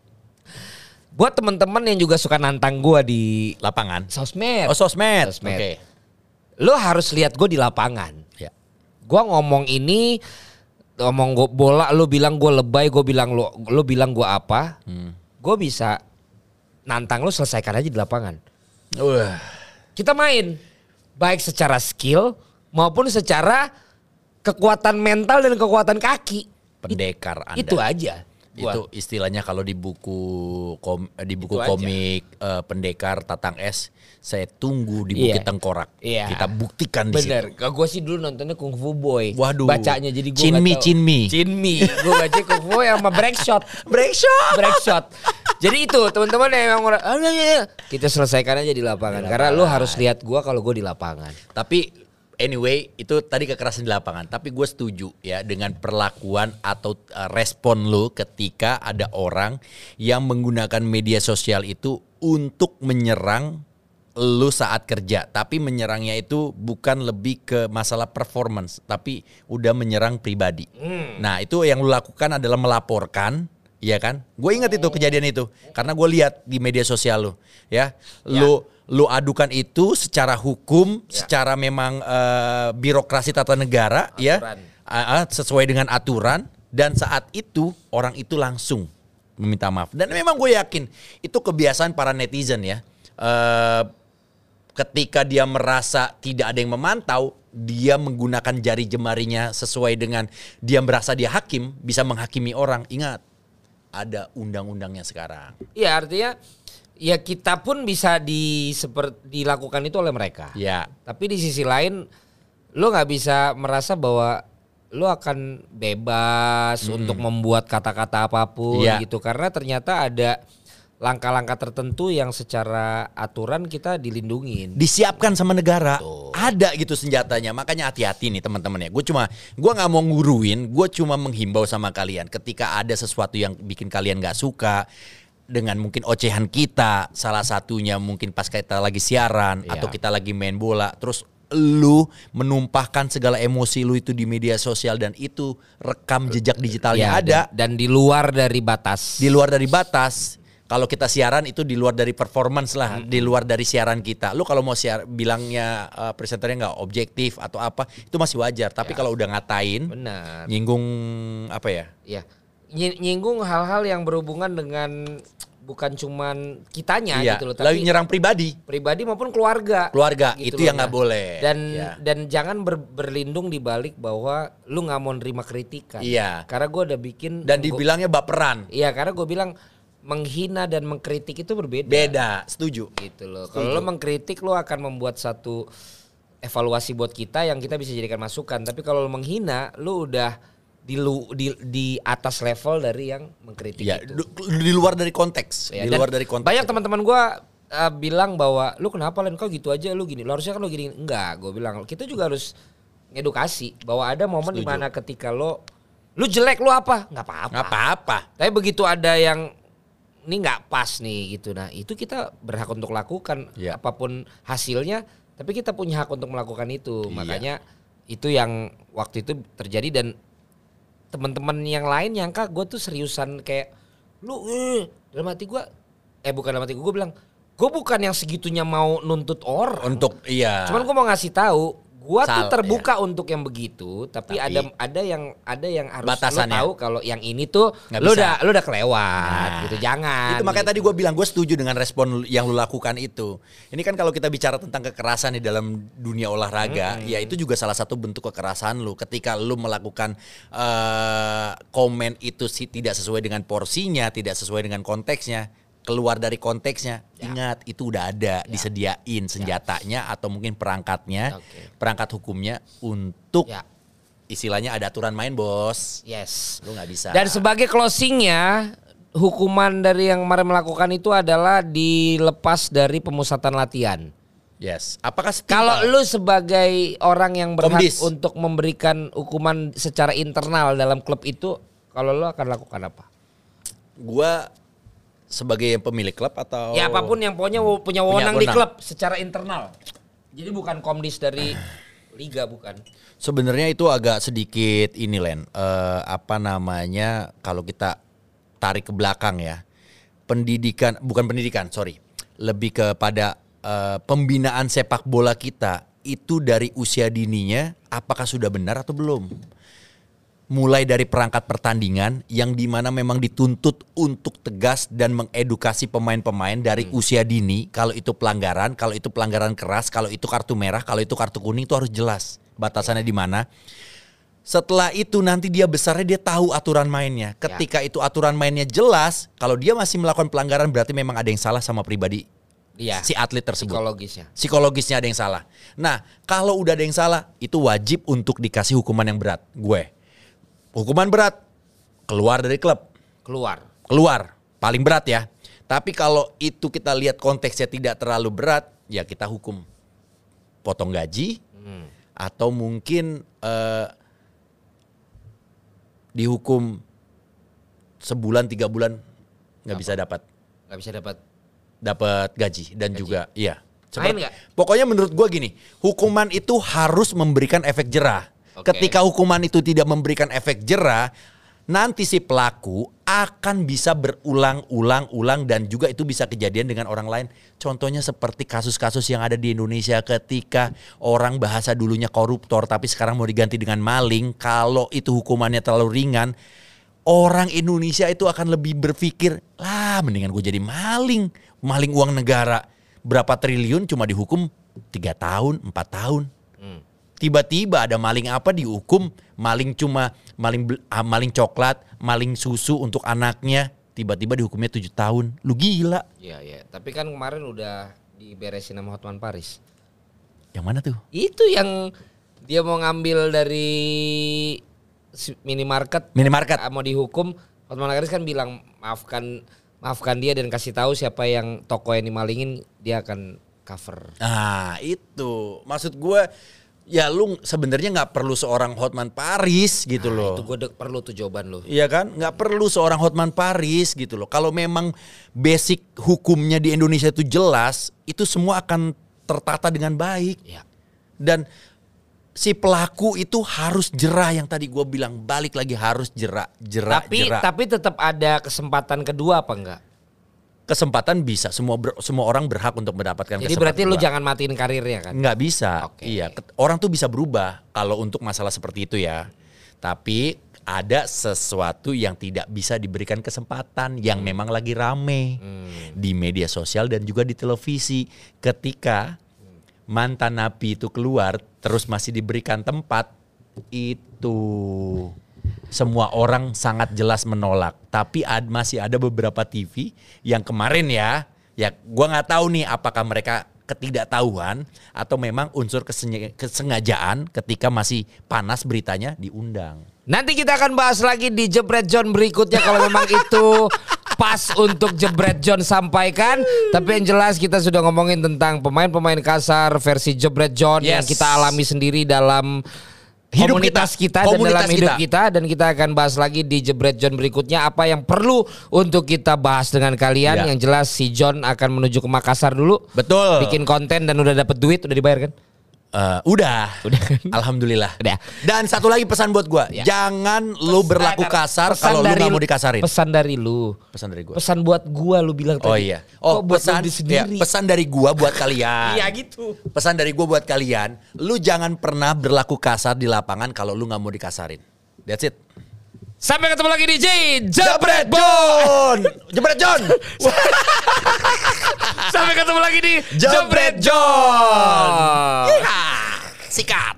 buat teman-teman yang juga suka nantang gue di Lapangan. sosmed. Oh sosmed. Sosmed. Oke. Lo harus lihat gue di lapangan. Ya. Gue ngomong ini, ngomong gua bola, lo bilang gue lebay, gue bilang lo, lo bilang gue apa, Hmm. gue bisa nantang lo, selesaikan aja di lapangan. Wah. Kita main, baik secara skill maupun secara kekuatan mental dan kekuatan kaki. Pendekar Anda. Itu aja. Gua. Itu istilahnya kalau di buku kom, eh, di buku Itu aja. komik eh, Pendekar Tatang S, saya tunggu di Bukit Iya. Tengkorak. Iya. Kita buktikan di Bener, situ. kalau gue sih dulu nontonnya Kung Fu Boy. Waduh. Bacanya jadi gue Chinmi, Chinmi. Chinmi. Gue baca Kung Fu Boy sama break shot. Break shot. Break shot. Jadi itu teman-teman yang emang ah, ya, ya, ya. Kita selesaikan aja di lapangan. Karena lu harus lihat gue kalau gue di lapangan. Tapi anyway, itu tadi kekerasan di lapangan. Tapi gue setuju ya dengan perlakuan atau uh, respon lo ketika ada orang yang menggunakan media sosial itu untuk menyerang lu saat kerja, tapi menyerangnya itu bukan lebih ke masalah performance, tapi udah menyerang pribadi. Hmm. Nah itu yang lu lakukan adalah melaporkan, iya kan? Gue ingat itu kejadian itu, karena gue lihat di media sosial lu, ya. Lu ya. Lu adukan itu secara hukum, ya. secara memang uh, birokrasi tata negara, aturan. ya, uh, sesuai dengan aturan. Dan saat itu orang itu langsung meminta maaf. Dan memang gue yakin itu kebiasaan para netizen ya. Uh, ketika dia merasa tidak ada yang memantau, dia menggunakan jari jemarinya sesuai dengan dia merasa dia hakim, bisa menghakimi orang. Ingat, ada undang-undangnya sekarang. Iya, artinya ya kita pun bisa di seperti dilakukan itu oleh mereka. Ya. Tapi di sisi lain lo nggak bisa merasa bahwa lo akan bebas hmm. untuk membuat kata-kata apapun ya. gitu, karena ternyata ada langkah-langkah tertentu yang secara aturan kita dilindungin. Disiapkan sama negara. Tuh. Ada gitu senjatanya. Makanya hati-hati nih teman-teman ya. Gue cuma, gue gak mau nguruin. Gue cuma menghimbau sama kalian. Ketika ada sesuatu yang bikin kalian gak suka, dengan mungkin ocehan kita, salah satunya mungkin pas kita lagi siaran, ya. atau kita lagi main bola, terus lu menumpahkan segala emosi lu itu di media sosial dan itu rekam jejak digitalnya ya, ada. Dan, dan di luar dari batas. Di luar dari batas. Kalau kita siaran itu di luar dari performance lah, hmm. di luar dari siaran kita. Lu kalau mau siar bilangnya uh, presenternya nggak objektif atau apa, itu masih wajar. Tapi ya. kalau udah ngatain, benar. nyinggung apa ya? Ya, nyinggung hal-hal yang berhubungan dengan bukan cuman kitanya iya, gitu loh, tapi lagi nyerang pribadi, pribadi maupun keluarga. Keluarga gitu itu loh, yang nggak nah. boleh. Dan ya. dan jangan ber, berlindung di balik bahwa lu nggak mau nerima kritikan. Iya. Karena gue udah bikin dan dibilangnya gua, baperan. Iya, karena gue bilang menghina dan mengkritik itu berbeda. Beda, setuju. Gitu loh. Kalau lo mengkritik lo akan membuat satu evaluasi buat kita yang kita bisa jadikan masukan. Tapi kalau lo menghina, lo udah di lu, di di atas level dari yang mengkritik ya, itu. Di luar dari konteks. Ya, di luar dari konteks. Banyak teman-teman gue uh, bilang bahwa lu kenapa Len kau gitu aja lu gini. Lu harusnya kan lu gini. Enggak, gue bilang kita juga harus ngedukasi bahwa ada momen di mana ketika lo lu jelek lu apa? Enggak apa-apa. Enggak apa-apa. Tapi begitu ada yang ini nggak pas nih gitu, nah itu kita berhak untuk lakukan ya. apapun hasilnya, tapi kita punya hak untuk melakukan itu. Iya. Makanya itu yang waktu itu terjadi dan teman-teman yang lain nyangka gue tuh seriusan kayak lu eh, dalam hati gue eh bukan dalam hati gue gue bilang gue bukan yang segitunya mau nuntut orang untuk iya. Cuman gue mau ngasih tahu gua Sal, tuh terbuka ya. untuk yang begitu, tapi, tapi ada ada yang ada yang harus lo tahu kalau yang ini tuh lo udah lo udah kelewat nah, gitu, jangan. Itu makanya gitu. tadi gue bilang gue setuju dengan respon yang lo lakukan itu. Ini kan kalau kita bicara tentang kekerasan di dalam dunia olahraga, hmm. ya itu juga salah satu bentuk kekerasan lo. Ketika lo melakukan uh, komen itu sih tidak sesuai dengan porsinya, tidak sesuai dengan konteksnya. Keluar dari konteksnya, ya. Ingat itu udah ada, ya. disediain senjatanya ya. atau mungkin perangkatnya, okay. perangkat hukumnya untuk ya. istilahnya ada aturan main bos. Yes. Lu nggak bisa. Dan sebagai closingnya, hukuman dari yang kemarin melakukan itu adalah dilepas dari pemusatan latihan. Yes. Apakah kalau lu sebagai orang yang berhak Komdis. untuk memberikan hukuman secara internal dalam klub itu, kalau lu akan lakukan apa? Gua sebagai pemilik klub atau ya apapun yang punya punya wewenang di klub secara internal. Jadi bukan komdis dari liga, bukan. Sebenarnya itu agak sedikit ini Len, uh, apa namanya kalau kita tarik ke belakang ya. Pendidikan bukan pendidikan, sorry. Lebih kepada uh, pembinaan sepak bola kita itu dari usia dininya apakah sudah benar atau belum? Mulai dari perangkat pertandingan yang dimana memang dituntut untuk tegas dan mengedukasi pemain-pemain dari hmm. usia dini. Kalau itu pelanggaran, kalau itu pelanggaran keras, kalau itu kartu merah, kalau itu kartu kuning itu harus jelas batasannya di mana. Setelah itu nanti dia besarnya dia tahu aturan mainnya. Ketika ya. itu aturan mainnya jelas, kalau dia masih melakukan pelanggaran berarti memang ada yang salah sama pribadi ya. si atlet tersebut. Psikologisnya. Psikologisnya ada yang salah. Nah, kalau udah ada yang salah, itu wajib untuk dikasih hukuman yang berat. Gue. Hukuman berat, keluar dari klub. Keluar. Keluar, paling berat ya. Tapi kalau itu kita lihat konteksnya tidak terlalu berat, ya kita hukum. Potong gaji, hmm. atau mungkin uh, dihukum sebulan, tiga bulan, nggak bisa dapat. Nggak bisa dapat. Dapat gaji dan gaji. juga, iya. Main nggak? Pokoknya menurut gue gini, hukuman itu harus memberikan efek jerah. Oke. Ketika hukuman itu tidak memberikan efek jerah, nanti si pelaku akan bisa berulang-ulang-ulang dan juga itu bisa kejadian dengan orang lain. Contohnya seperti kasus-kasus yang ada di Indonesia ketika orang bahasa dulunya koruptor tapi sekarang mau diganti dengan maling. Kalau itu hukumannya terlalu ringan, orang Indonesia itu akan lebih berpikir, lah mendingan gue jadi maling. Maling uang negara berapa triliun cuma dihukum tiga tahun, empat tahun. Hmm. Tiba-tiba ada maling apa dihukum, maling cuma maling uh, maling coklat, maling susu untuk anaknya, tiba-tiba dihukumnya tujuh tahun. Lu gila. Iya, iya. Tapi kan kemarin udah diberesin sama Hotman Paris. Yang mana tuh? Itu yang dia mau ngambil dari minimarket. Minimarket. Mau dihukum, Hotman Paris kan bilang maafkan maafkan dia dan kasih tahu siapa yang toko yang dimalingin, dia akan cover. Nah, itu. Maksud gue ya lu sebenarnya nggak perlu seorang Hotman Paris gitu nah, loh. Itu gue de- perlu tuh jawaban lo. Iya kan, nggak perlu seorang Hotman Paris gitu loh. Kalau memang basic hukumnya di Indonesia itu jelas, itu semua akan tertata dengan baik. Ya. Dan si pelaku itu harus jerah yang tadi gue bilang, balik lagi harus jerah, jerah, Tapi jerah. tapi tetap ada kesempatan kedua apa enggak? Kesempatan bisa, semua ber, semua orang berhak untuk mendapatkan Jadi kesempatan berarti lu kedua. jangan matiin karirnya kan? Nggak bisa. Oke. Iya, orang tuh bisa berubah kalau untuk masalah seperti itu ya. Tapi ada sesuatu yang tidak bisa diberikan kesempatan yang memang lagi rame Hmm. di media sosial dan juga di televisi. Ketika mantan napi itu keluar terus masih diberikan tempat, itu semua orang sangat jelas menolak. Tapi ad, masih ada beberapa T V yang kemarin ya, ya gua nggak tahu nih apakah mereka ketidaktahuan atau memang unsur kesenya- kesengajaan ketika masih panas beritanya diundang. Nanti kita akan bahas lagi di Jebret John berikutnya kalau memang itu pas untuk Jebret John sampaikan. Tapi yang jelas kita sudah ngomongin tentang pemain-pemain kasar versi Jebret John yang Yes. kita alami sendiri dalam Hidup komunitas kita, kita, dan komunitas dalam hidup kita. kita. Dan kita akan bahas lagi di Jebret John berikutnya apa yang perlu untuk kita bahas dengan kalian. Ya. Yang jelas si John akan menuju ke Makassar dulu, Betul. bikin konten dan udah dapet duit, udah dibayar kan? Eh, udah, Udah kan? alhamdulillah. Udah. Dan satu lagi pesan buat gua, Ya. jangan lu berlaku kasar Pesan kalau lu dari nggak mau dikasarin. Pesan dari lu. Pesan dari gua. Pesan buat gua lu bilang tadi. Oh iya. Oh, Kok buat pesan lu ya, sendiri. pesan dari gua buat kalian. Iya gitu. Pesan dari gua buat kalian, lu jangan pernah berlaku kasar di lapangan kalau lu nggak mau dikasarin. That's it. Sampai ketemu lagi di J Jebret John. Jebret John. Sampai ketemu lagi di Jebret John. John. Ya, sikat.